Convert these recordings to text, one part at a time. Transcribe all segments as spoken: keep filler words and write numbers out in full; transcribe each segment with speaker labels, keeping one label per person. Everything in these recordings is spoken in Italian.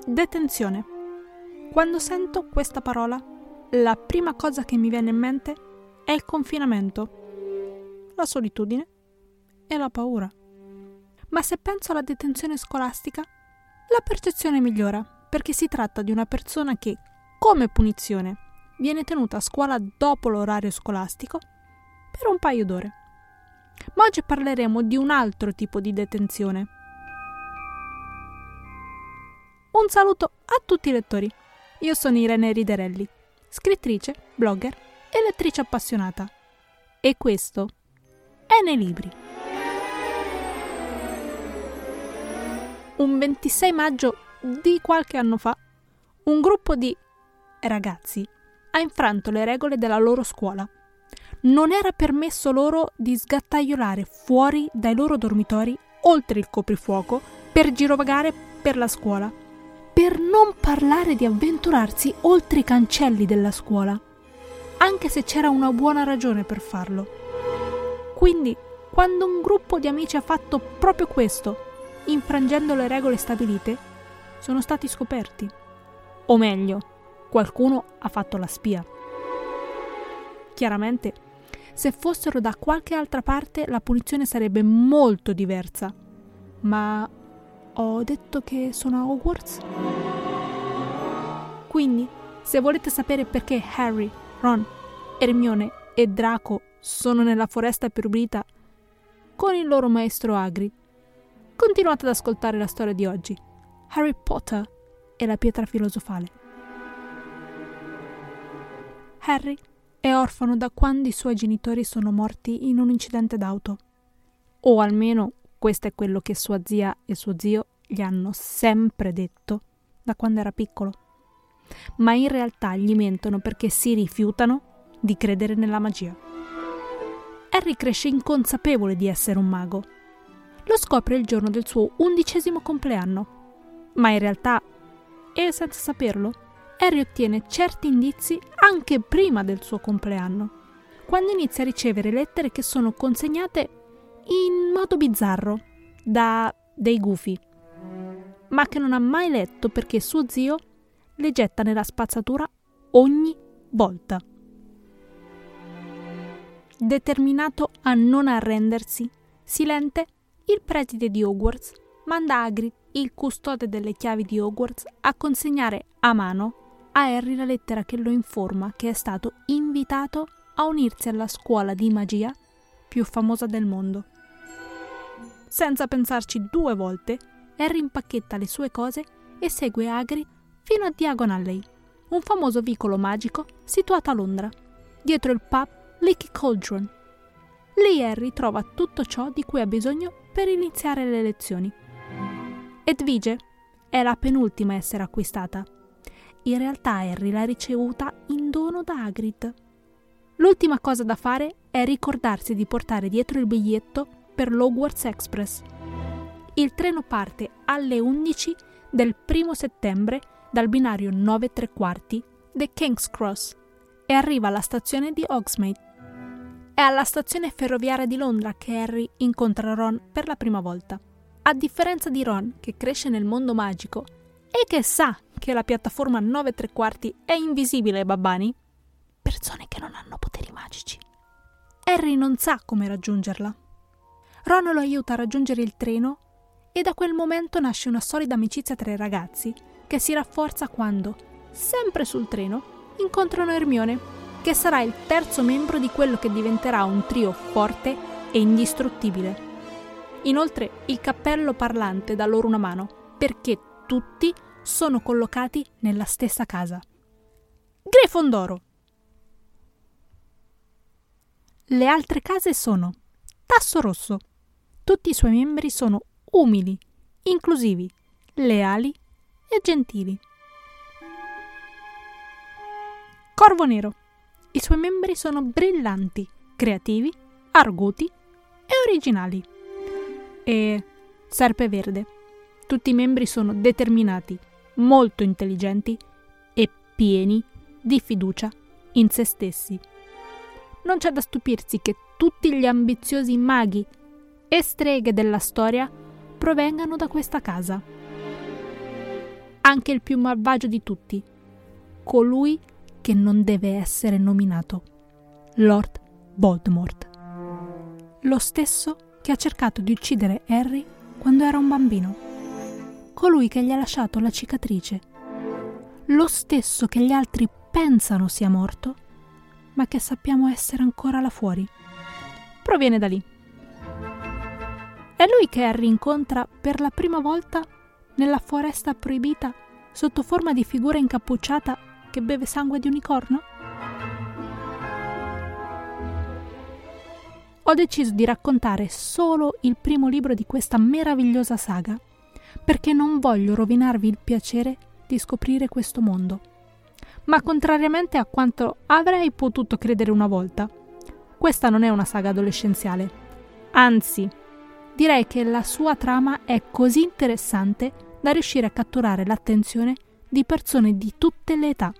Speaker 1: Detenzione. Quando sento questa parola, la prima cosa che mi viene in mente è il confinamento, la solitudine e la paura. Ma se penso alla detenzione scolastica, la percezione migliora, perché si tratta di una persona che, come punizione, viene tenuta a scuola dopo l'orario scolastico per un paio d'ore. Ma oggi parleremo di un altro tipo di detenzione. Un saluto a tutti i lettori. Io sono Irene Riderelli, scrittrice, blogger e lettrice appassionata. E questo è Nei Libri. Un ventisei maggio di qualche anno fa, un gruppo di ragazzi ha infranto le regole della loro scuola. Non era permesso loro di sgattaiolare fuori dai loro dormitori oltre il coprifuoco per girovagare per la scuola. Per non parlare di avventurarsi oltre i cancelli della scuola, anche se c'era una buona ragione per farlo. Quindi, quando un gruppo di amici ha fatto proprio questo, infrangendo le regole stabilite, sono stati scoperti. O meglio, qualcuno ha fatto la spia. Chiaramente, se fossero da qualche altra parte, la punizione sarebbe molto diversa. Ma ho detto che sono a Hogwarts? Quindi, se volete sapere perché Harry, Ron, Hermione e Draco sono nella foresta perugina con il loro maestro Hagrid, continuate ad ascoltare la storia di oggi. Harry Potter e la pietra filosofale. Harry è orfano da quando i suoi genitori sono morti in un incidente d'auto. O almeno questo è quello che sua zia e suo zio gli hanno sempre detto da quando era piccolo. Ma in realtà gli mentono perché si rifiutano di credere nella magia. Harry cresce inconsapevole di essere un mago. Lo scopre il giorno del suo undicesimo compleanno. Ma in realtà, e senza saperlo, Harry ottiene certi indizi anche prima del suo compleanno, quando inizia a ricevere lettere che sono consegnate in modo bizzarro da dei gufi, ma che non ha mai letto perché suo zio le getta nella spazzatura ogni volta. Determinato a non arrendersi, silente, il preside di Hogwarts manda Hagrid, il custode delle chiavi di Hogwarts, a consegnare a mano a Harry la lettera che lo informa che è stato invitato a unirsi alla scuola di magia più famosa del mondo. Senza pensarci due volte, Harry impacchetta le sue cose e segue Hagrid fino a Diagon Alley, un famoso vicolo magico situato a Londra, dietro il pub Leaky Cauldron. Lì Harry trova tutto ciò di cui ha bisogno per iniziare le lezioni. Edvige è la penultima a essere acquistata. In realtà Harry l'ha ricevuta in dono da Hagrid. L'ultima cosa da fare è ricordarsi di portare dietro il biglietto per l'Hogwarts Express. Il treno parte alle undici del primo settembre dal binario nove e tre quarti di King's Cross e arriva alla stazione di Hogsmeade. È alla stazione ferroviaria di Londra che Harry incontra Ron per la prima volta. A differenza di Ron, che cresce nel mondo magico e che sa che la piattaforma nove e tre quarti è invisibile ai babbani, persone che non hanno poteri magici, Harry non sa come raggiungerla. Ron lo aiuta a raggiungere il treno e da quel momento nasce una solida amicizia tra i ragazzi che si rafforza quando, sempre sul treno, incontrano Hermione, che sarà il terzo membro di quello che diventerà un trio forte e indistruttibile. Inoltre il cappello parlante dà loro una mano, perché tutti sono collocati nella stessa casa. Grifondoro. Le altre case sono Tasso Rosso. Tutti i suoi membri sono umili, inclusivi, leali e gentili. Corvo Nero. I suoi membri sono brillanti, creativi, arguti e originali. E Serpe Verde. Tutti i membri sono determinati, molto intelligenti e pieni di fiducia in se stessi. Non c'è da stupirsi che tutti gli ambiziosi maghi e streghe della storia provengano da questa casa. anche il più malvagio di tutti, colui che non deve essere nominato, Lord Voldemort. Lo stesso che ha cercato di uccidere Harry quando era un bambino. Colui che gli ha lasciato la cicatrice. Lo stesso che gli altri pensano sia morto, ma che sappiamo essere ancora là fuori. Proviene da lì. È lui che Harry incontra per la prima volta nella foresta proibita sotto forma di figura incappucciata che beve sangue di unicorno? Ho deciso di raccontare solo il primo libro di questa meravigliosa saga perché non voglio rovinarvi il piacere di scoprire questo mondo. Ma contrariamente a quanto avrei potuto credere una volta, questa non è una saga adolescenziale. Anzi, direi che la sua trama è così interessante da riuscire a catturare l'attenzione di persone di tutte le età.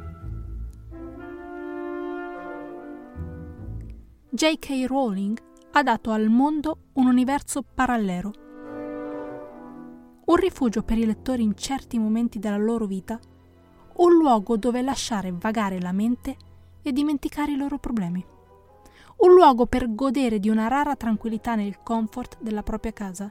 Speaker 1: J K. Rowling ha dato al mondo un universo parallelo, un rifugio per i lettori in certi momenti della loro vita, un luogo dove lasciare vagare la mente e dimenticare i loro problemi, un luogo per godere di una rara tranquillità nel comfort della propria casa.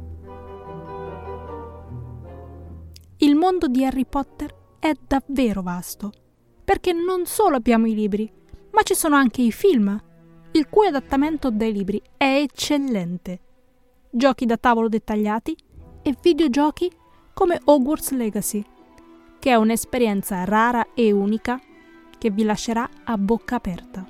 Speaker 1: Il mondo di Harry Potter è davvero vasto, perché non solo abbiamo i libri, ma ci sono anche i film, il cui adattamento dai libri è eccellente, giochi da tavolo dettagliati e videogiochi come Hogwarts Legacy, che è un'esperienza rara e unica che vi lascerà a bocca aperta.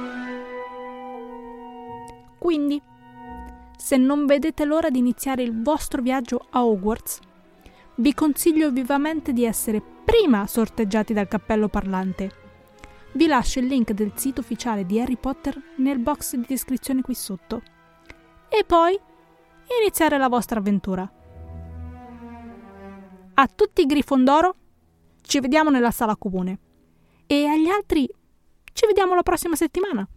Speaker 1: Quindi, se non vedete l'ora di iniziare il vostro viaggio a Hogwarts, vi consiglio vivamente di essere prima sorteggiati dal cappello parlante. Vi lascio il link del sito ufficiale di Harry Potter nel box di descrizione qui sotto. E poi iniziare la vostra avventura. A tutti i Grifondoro, ci vediamo nella sala comune. E agli altri, ci vediamo la prossima settimana.